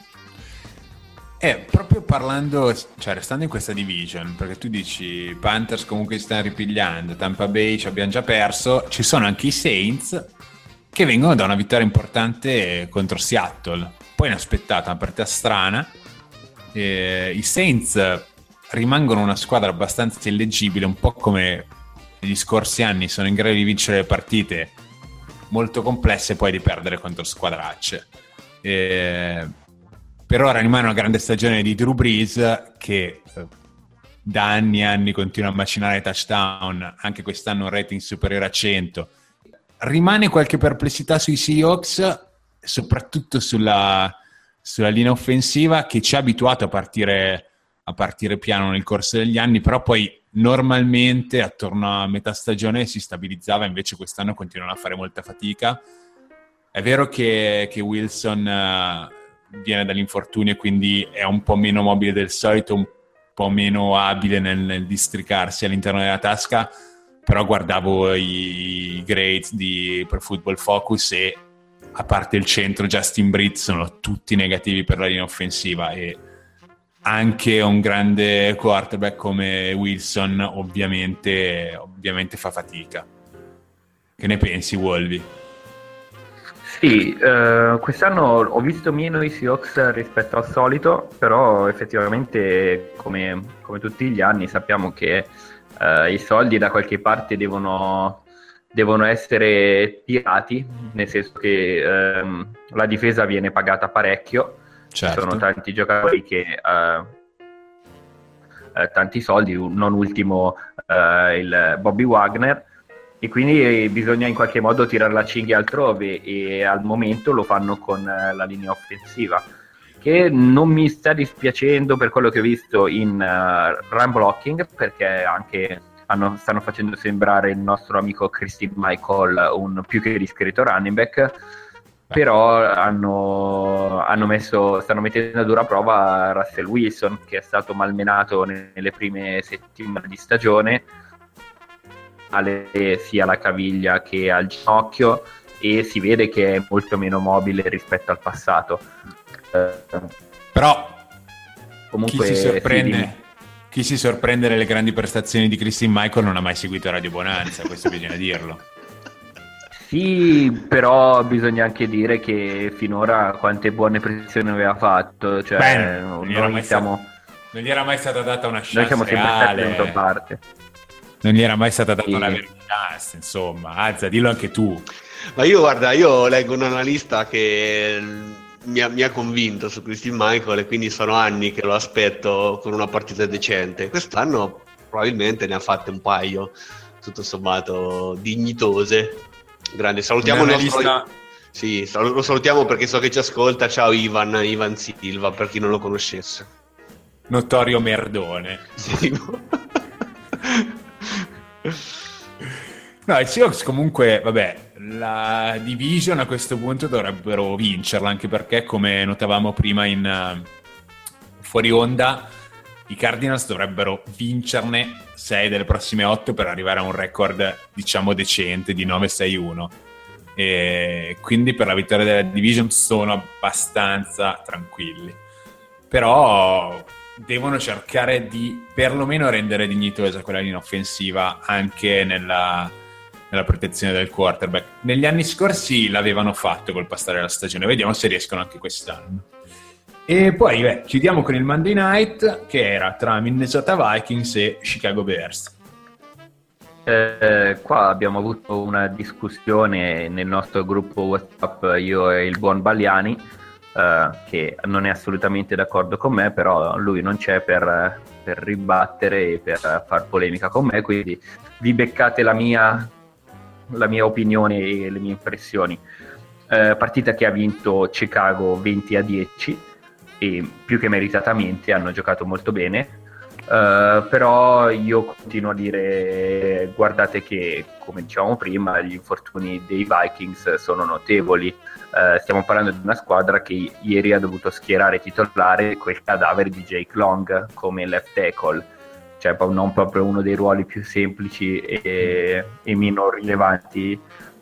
Eh, proprio parlando, cioè restando in questa division, perché tu dici Panthers comunque si stanno ripigliando, Tampa Bay ci abbiamo già perso, ci sono anche i Saints che vengono da una vittoria importante contro Seattle, poi inaspettata, una partita strana. Eh, i Saints rimangono una squadra abbastanza illeggibile, un po' come negli scorsi anni, sono in grado di vincere le partite molto complesse e poi di perdere contro squadracce. Eh, per ora rimane una grande stagione di Drew Brees che eh, da anni e anni continua a macinare touchdown, anche quest'anno un rating superiore a cento. Rimane qualche perplessità sui Seahawks, soprattutto sulla, sulla linea offensiva, che ci ha abituato a partire, a partire piano nel corso degli anni, però poi normalmente attorno a metà stagione si stabilizzava, invece quest'anno continuano a fare molta fatica. È vero che, che Wilson uh, viene dall'infortunio e quindi è un po' meno mobile del solito, un po' meno abile nel, nel districarsi all'interno della tasca, però guardavo i, i grades di Pro Football Focus e a parte il centro Justin Britt sono tutti negativi per la linea offensiva, e anche un grande quarterback come Wilson ovviamente, ovviamente fa fatica. Che ne pensi, Wolvi? Sì, eh, quest'anno ho visto meno i Seahawks rispetto al solito, però effettivamente come, come tutti gli anni sappiamo che eh, i soldi da qualche parte devono, devono essere tirati, nel senso che ehm, la difesa viene pagata parecchio. Certo. Ci sono tanti giocatori che eh, eh, tanti soldi, non ultimo eh, il Bobby Wagner, e quindi bisogna in qualche modo tirare la cinghia altrove, e al momento lo fanno con eh, la linea offensiva, che non mi sta dispiacendo per quello che ho visto in uh, run blocking, perché anche hanno, stanno facendo sembrare il nostro amico Christine Michael un più che discreto running back. però hanno, hanno messo, stanno mettendo a dura prova Russell Wilson, che è stato malmenato nelle prime settimane di stagione, sia alla caviglia che al ginocchio, e si vede che è molto meno mobile rispetto al passato. Però comunque chi si sorprende, sì, chi si sorprende nelle grandi prestazioni di Christine Michael non ha mai seguito Radio Bonanza, questo bisogna dirlo. Sì, però bisogna anche dire che finora quante buone prestazioni aveva fatto, cioè Beh, non, gli era noi mai siamo, sta- non gli era mai stata data una chance noi siamo sempre stati reale, dalla tua parte. non gli era mai stata data Sì. una vera chance, insomma. Azza, dillo anche tu. Ma io, guarda, io leggo un analista che mi ha, mi ha convinto su Christine Michael, e quindi sono anni che lo aspetto con una partita decente. Quest'anno probabilmente ne ha fatte un paio, tutto sommato dignitose. Grande, salutiamo Un il nostro... analista- Sì, sal- lo salutiamo perché so che ci ascolta. Ciao Ivan, Ivan Silva, per chi non lo conoscesse. Notorio merdone. Sì. No, i Seahawks comunque, vabbè, la division a questo punto dovrebbero vincerla, anche perché, come notavamo prima in uh, fuori onda, i Cardinals dovrebbero vincerne sei delle prossime otto per arrivare a un record, diciamo, decente di nove sei uno. E quindi per la vittoria della division sono abbastanza tranquilli. Però devono cercare di perlomeno rendere dignitosa quella linea offensiva anche nella, nella protezione del quarterback. Negli anni scorsi l'avevano fatto col passare la stagione, vediamo se riescono anche quest'anno. E poi beh, chiudiamo con il Monday Night, che era tra Minnesota Vikings e Chicago Bears. Eh, qua abbiamo avuto una discussione nel nostro gruppo WhatsApp, io e il buon Bagliani, eh, che non è assolutamente d'accordo con me, però lui non c'è per, per ribattere e per far polemica con me, quindi vi beccate la mia, la mia opinione e le mie impressioni. Eh, partita che ha vinto Chicago venti a dieci, e più che meritatamente, hanno giocato molto bene. Uh, però io continuo a dire, guardate che, come dicevamo prima, gli infortuni dei Vikings sono notevoli. Uh, stiamo parlando di una squadra che ieri ha dovuto schierare titolare quel cadavere di Jake Long come left tackle, cioè non proprio uno dei ruoli più semplici e, e meno rilevanti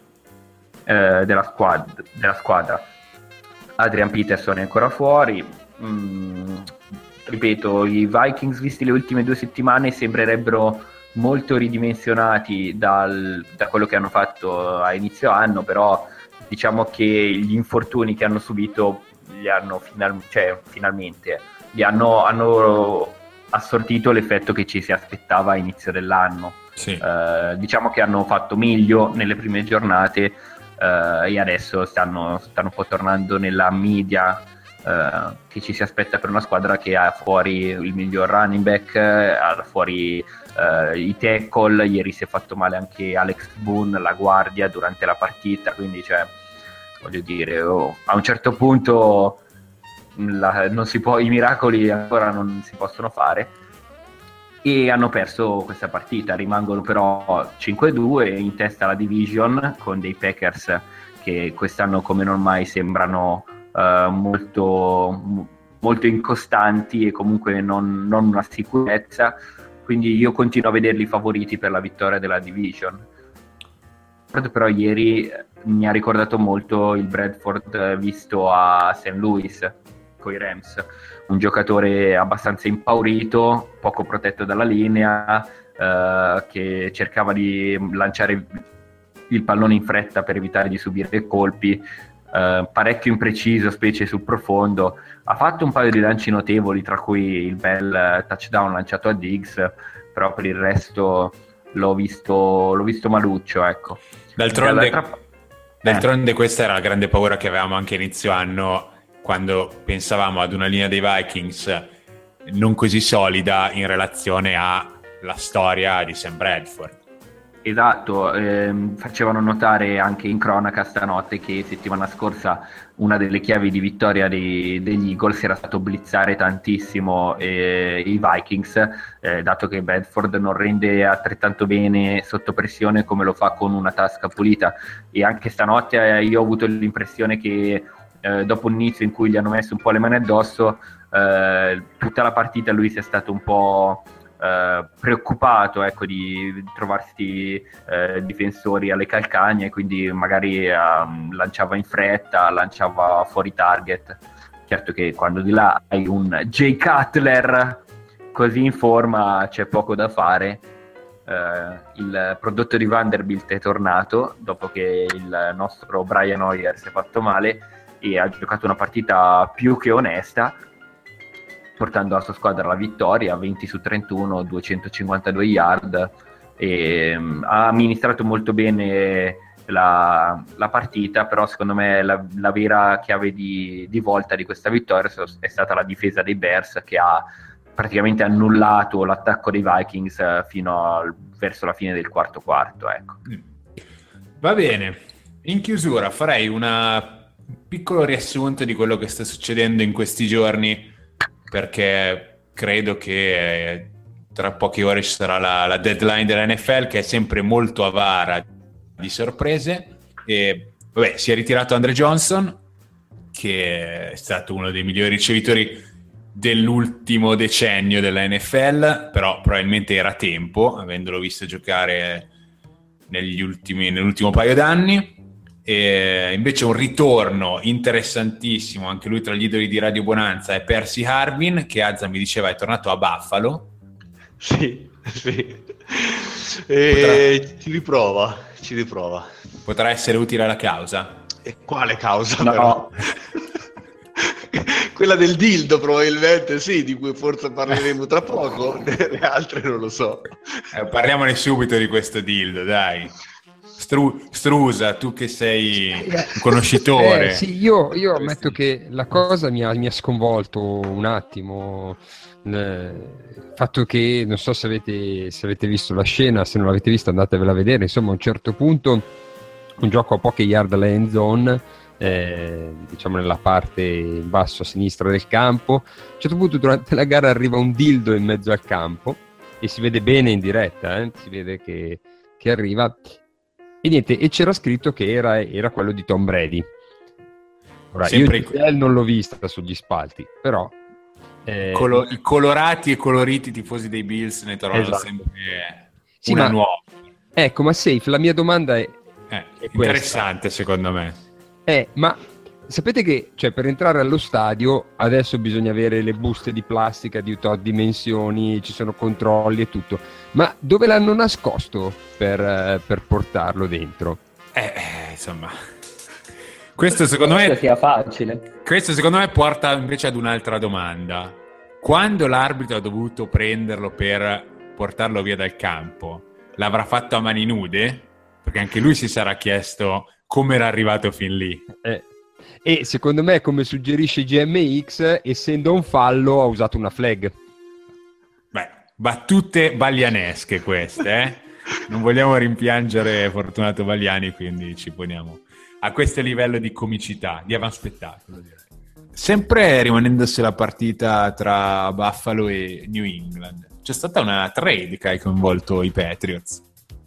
uh, della, squad- della squadra. Adrian Peterson è ancora fuori. mm, Ripeto, i Vikings, visti le ultime due settimane, sembrerebbero molto ridimensionati dal, da quello che hanno fatto a inizio anno, però diciamo che gli infortuni che hanno subito li hanno final, cioè, finalmente li hanno, hanno assortito l'effetto che ci si aspettava a inizio dell'anno. Sì. Uh, diciamo che hanno fatto meglio nelle prime giornate uh, e adesso stanno, stanno un po' tornando nella media Uh, che ci si aspetta per una squadra che ha fuori il miglior running back, ha fuori uh, i tackle. Ieri si è fatto male anche Alex Boone, la guardia, durante la partita, quindi cioè, voglio dire, oh, a un certo punto la, non si può, i miracoli ancora non si possono fare, e hanno perso questa partita. Rimangono però cinque due in testa alla division, con dei Packers che quest'anno come non mai sembrano Uh, molto, molto incostanti e comunque non, non una sicurezza, quindi io continuo a vederli favoriti per la vittoria della division. Però ieri mi ha ricordato molto il Bradford visto a Saint Louis con i Rams, un giocatore abbastanza impaurito, poco protetto dalla linea, uh, che cercava di lanciare il pallone in fretta per evitare di subire colpi. Uh, parecchio impreciso, specie sul profondo. Ha fatto un paio di lanci notevoli, tra cui il bel uh, touchdown lanciato a Diggs, però per il resto l'ho visto, l'ho visto maluccio, ecco. D'altronde, Dall'altra... d'altronde eh. questa era la grande paura che avevamo anche a inizio anno, quando pensavamo ad una linea dei Vikings non così solida in relazione alla storia di Sam Bradford. Esatto, ehm, facevano notare anche in cronaca stanotte che settimana scorsa una delle chiavi di vittoria dei, degli Eagles era stato blitzare tantissimo eh, i Vikings, eh, dato che Bedford non rende altrettanto bene sotto pressione come lo fa con una tasca pulita. E anche stanotte eh, io ho avuto l'impressione che eh, dopo un inizio in cui gli hanno messo un po' le mani addosso, eh, tutta la partita lui sia stato un po' Uh, preoccupato, ecco, di trovarsi uh, difensori alle calcagne, quindi magari uh, lanciava in fretta, lanciava fuori target. Certo che quando di là hai un Jay Cutler così in forma c'è poco da fare. Uh, il prodotto di Vanderbilt è tornato dopo che il nostro Brian Hoyer si è fatto male e ha giocato una partita più che onesta, portando la sua squadra alla vittoria, venti su trentuno, duecentocinquantadue yard, e um, ha amministrato molto bene la, la partita, però secondo me la, la vera chiave di, di volta di questa vittoria è stata la difesa dei Bears, che ha praticamente annullato l'attacco dei Vikings fino al, verso la fine del quarto quarto. Ecco. Va bene, in chiusura farei un piccolo riassunto di quello che sta succedendo in questi giorni, perché credo che tra poche ore ci sarà la, la deadline della N F L, che è sempre molto avara di sorprese. E vabbè, si è ritirato Andre Johnson, che è stato uno dei migliori ricevitori dell'ultimo decennio della N F L, però probabilmente era tempo, avendolo visto giocare negli ultimi, nell'ultimo paio d'anni. E invece un ritorno interessantissimo, anche lui tra gli idoli di Radio Bonanza, è Percy Harvin, che Azza mi diceva è tornato a Buffalo. Sì, sì. E potrà... ci riprova, ci riprova. Potrà essere utile alla causa. E quale causa? No. Però? Quella del dildo probabilmente, sì, di cui forse parleremo tra poco, le altre non lo so. Eh, parliamone subito di questo dildo, dai. Stru- Strusa, tu che sei un conoscitore. Eh, sì, io, io ammetto che la cosa mi ha, mi ha sconvolto un attimo. Il fatto che, non so se avete, se avete visto la scena, se non l'avete vista andatevela a vedere. Insomma, a un certo punto, un gioco a poche yard alla end zone, eh, diciamo nella parte in basso a sinistra del campo. A un certo punto durante la gara arriva un dildo in mezzo al campo e si vede bene in diretta, eh? Si vede che, che arriva. E niente, e c'era scritto che era, era quello di Tom Brady. Ora, sempre io il non l'ho vista sugli spalti, però... Eh, Colo- I colorati e coloriti tifosi dei Bills ne trovano esatto. sempre sì, una ma, nuova. Ecco, ma Safe, la mia domanda è... Eh, è interessante secondo me. Eh, ma sapete che, cioè, per entrare allo stadio adesso bisogna avere le buste di plastica di tot dimensioni, ci sono controlli e tutto, ma dove l'hanno nascosto per, uh, per portarlo dentro? Eh, eh, insomma, questo secondo me sia facile. Questo secondo me porta invece ad un'altra domanda. Quando l'arbitro ha dovuto prenderlo per portarlo via dal campo, l'avrà fatto a mani nude? Perché anche lui si sarà chiesto come era arrivato fin lì. Eh. E secondo me, come suggerisce G M X, essendo un fallo ha usato una flag. Beh, battute baglianesche queste, eh? Non vogliamo rimpiangere Fortunato Bagliani, quindi ci poniamo a questo livello di comicità, di avanspettacolo, direi. Sempre rimanendo sulla partita tra Buffalo e New England, c'è stata una trade che ha coinvolto i Patriots.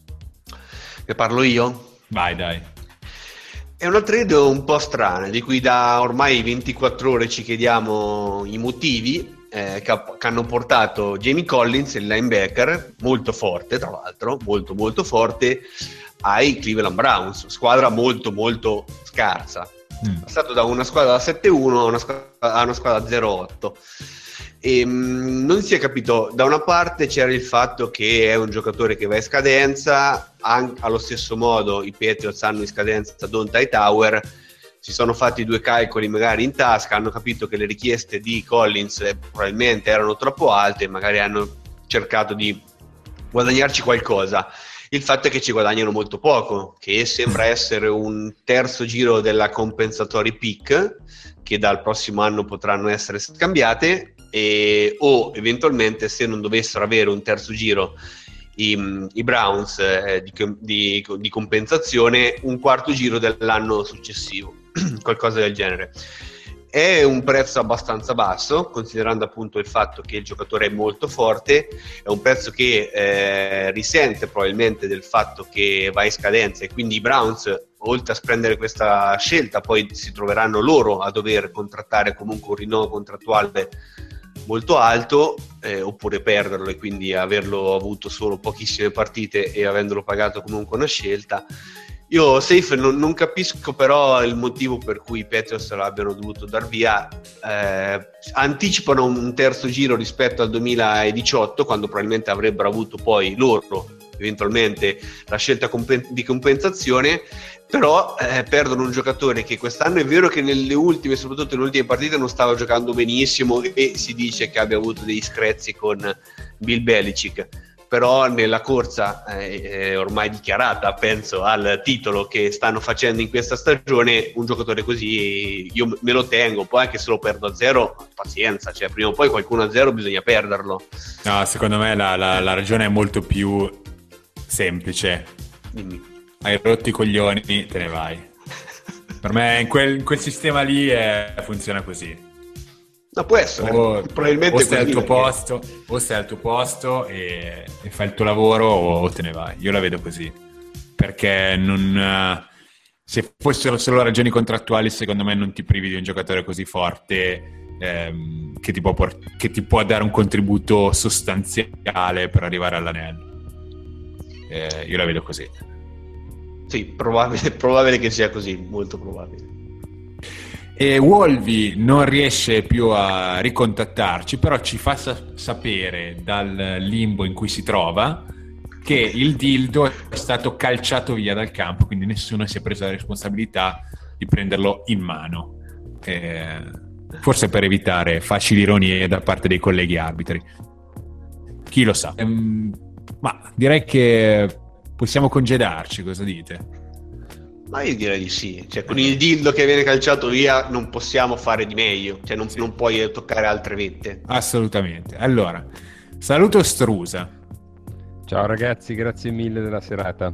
Ne parlo io? Vai, dai. È una trade un po' strana, di cui da ormai ventiquattro ore ci chiediamo i motivi, eh, che, ha, che hanno portato Jamie Collins, il linebacker, molto forte tra l'altro, molto molto forte, ai Cleveland Browns, squadra molto molto scarsa. Mm. È passato da una squadra da sette uno a una squadra, a una squadra da zero otto. E, mh, non si è capito, da una parte c'era il fatto che è un giocatore che va in scadenza, anche, allo stesso modo i Patriots hanno in scadenza Donta Hightower, si sono fatti due calcoli magari in tasca, hanno capito che le richieste di Collins eh, probabilmente erano troppo alte, magari hanno cercato di guadagnarci qualcosa. Il fatto è che ci guadagnano molto poco, che sembra essere un terzo giro della compensatory pick, che dal prossimo anno potranno essere scambiate, e, o eventualmente, se non dovessero avere un terzo giro i, i Browns eh, di, di, di compensazione un quarto giro dell'anno successivo, qualcosa del genere. È un prezzo abbastanza basso, considerando appunto il fatto che il giocatore è molto forte, è un prezzo che eh, risente probabilmente del fatto che va in scadenza, e quindi i Browns, oltre a prendere questa scelta, poi si troveranno loro a dover contrattare comunque un rinnovo contrattuale molto alto, eh, oppure perderlo e quindi averlo avuto solo pochissime partite e avendolo pagato comunque una scelta. Io safe non, non capisco però il motivo per cui i Patriots l'abbiano dovuto dar via. Eh, anticipano un terzo giro rispetto al duemiladiciotto, quando probabilmente avrebbero avuto poi loro eventualmente la scelta compen- di compensazione, però eh, perdono un giocatore che quest'anno è vero che nelle ultime, soprattutto nelle ultime partite, non stava giocando benissimo e si dice che abbia avuto degli screzi con Bill Belichick, però nella corsa eh, ormai dichiarata, penso, al titolo che stanno facendo in questa stagione, un giocatore così io me lo tengo, poi anche se lo perdo a zero, pazienza, cioè prima o poi qualcuno a zero bisogna perderlo. No, secondo me la, la, la ragione è molto più semplice. Dimmi. Hai rotto i coglioni, te ne vai. Per me in quel, in quel sistema lì è, funziona così. No, può essere, o, probabilmente o stai al tuo perché... posto, o stai al tuo posto e, e fai il tuo lavoro, o te ne vai. Io la vedo così, perché non, se fossero solo ragioni contrattuali, secondo me non ti privi di un giocatore così forte ehm, che, ti può port- che ti può dare un contributo sostanziale per arrivare all'anello. Eh, io la vedo così. Sì, probabile, probabile che sia così, molto probabile. E Wolvi non riesce più a ricontattarci, però ci fa sa- sapere dal limbo in cui si trova che il dildo è stato calciato via dal campo, quindi nessuno si è preso la responsabilità di prenderlo in mano, eh, forse per evitare facili ironie da parte dei colleghi arbitri, chi lo sa. Ehm, ma direi che possiamo congedarci, cosa dite? Ma io direi di sì, cioè con il dildo che viene calciato via non possiamo fare di meglio, cioè non, sì. non puoi toccare altre vette. Assolutamente. Allora, saluto Strusa. Ciao ragazzi, grazie mille della serata.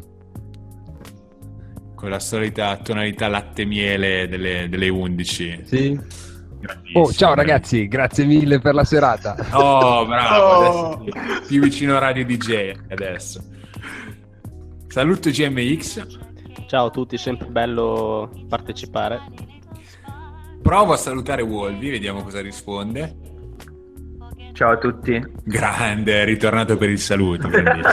Con la solita tonalità latte miele delle, delle undici. Sì. Oh, ciao ragazzi, grazie mille per la serata. Oh, bravo, Oh. adesso più vicino a Radio D J adesso. Saluto G M X. Ciao a tutti, sempre bello partecipare. Provo a salutare Wolvi, vediamo cosa risponde. Ciao a tutti. Grande, è ritornato per il saluto.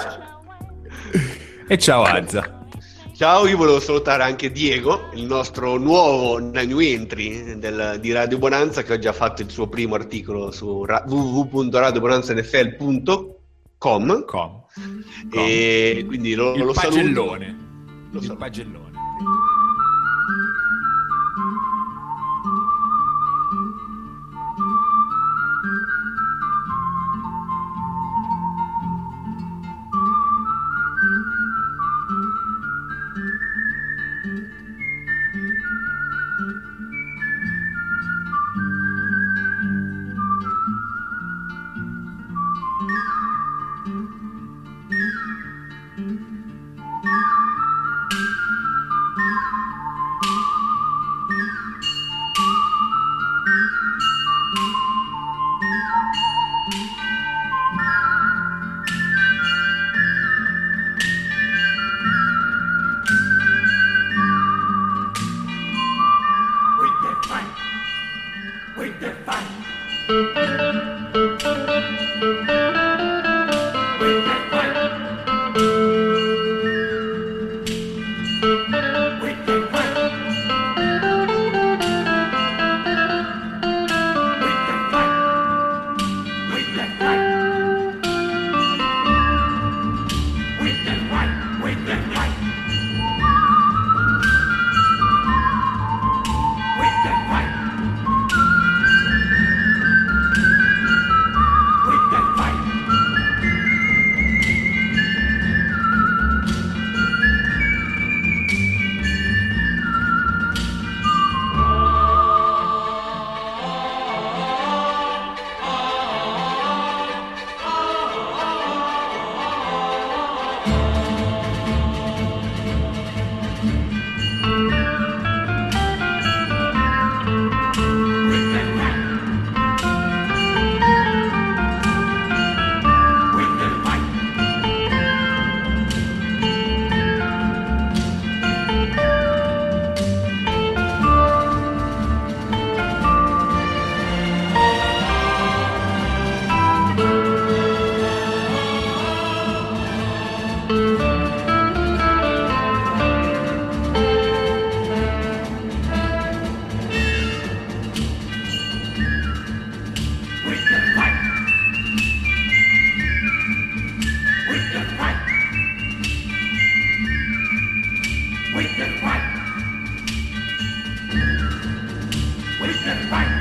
E ciao Azza. Ciao, io volevo salutare anche Diego, il nostro nuovo new entry del, di Radio Bonanza, che ha già fatto il suo primo articolo su ra- w w w punto radio bonanza n f l punto com. Com. E quindi lo, il lo pagellone. saluto. Lo Il saluto. pagellone. Fight! Let's fight!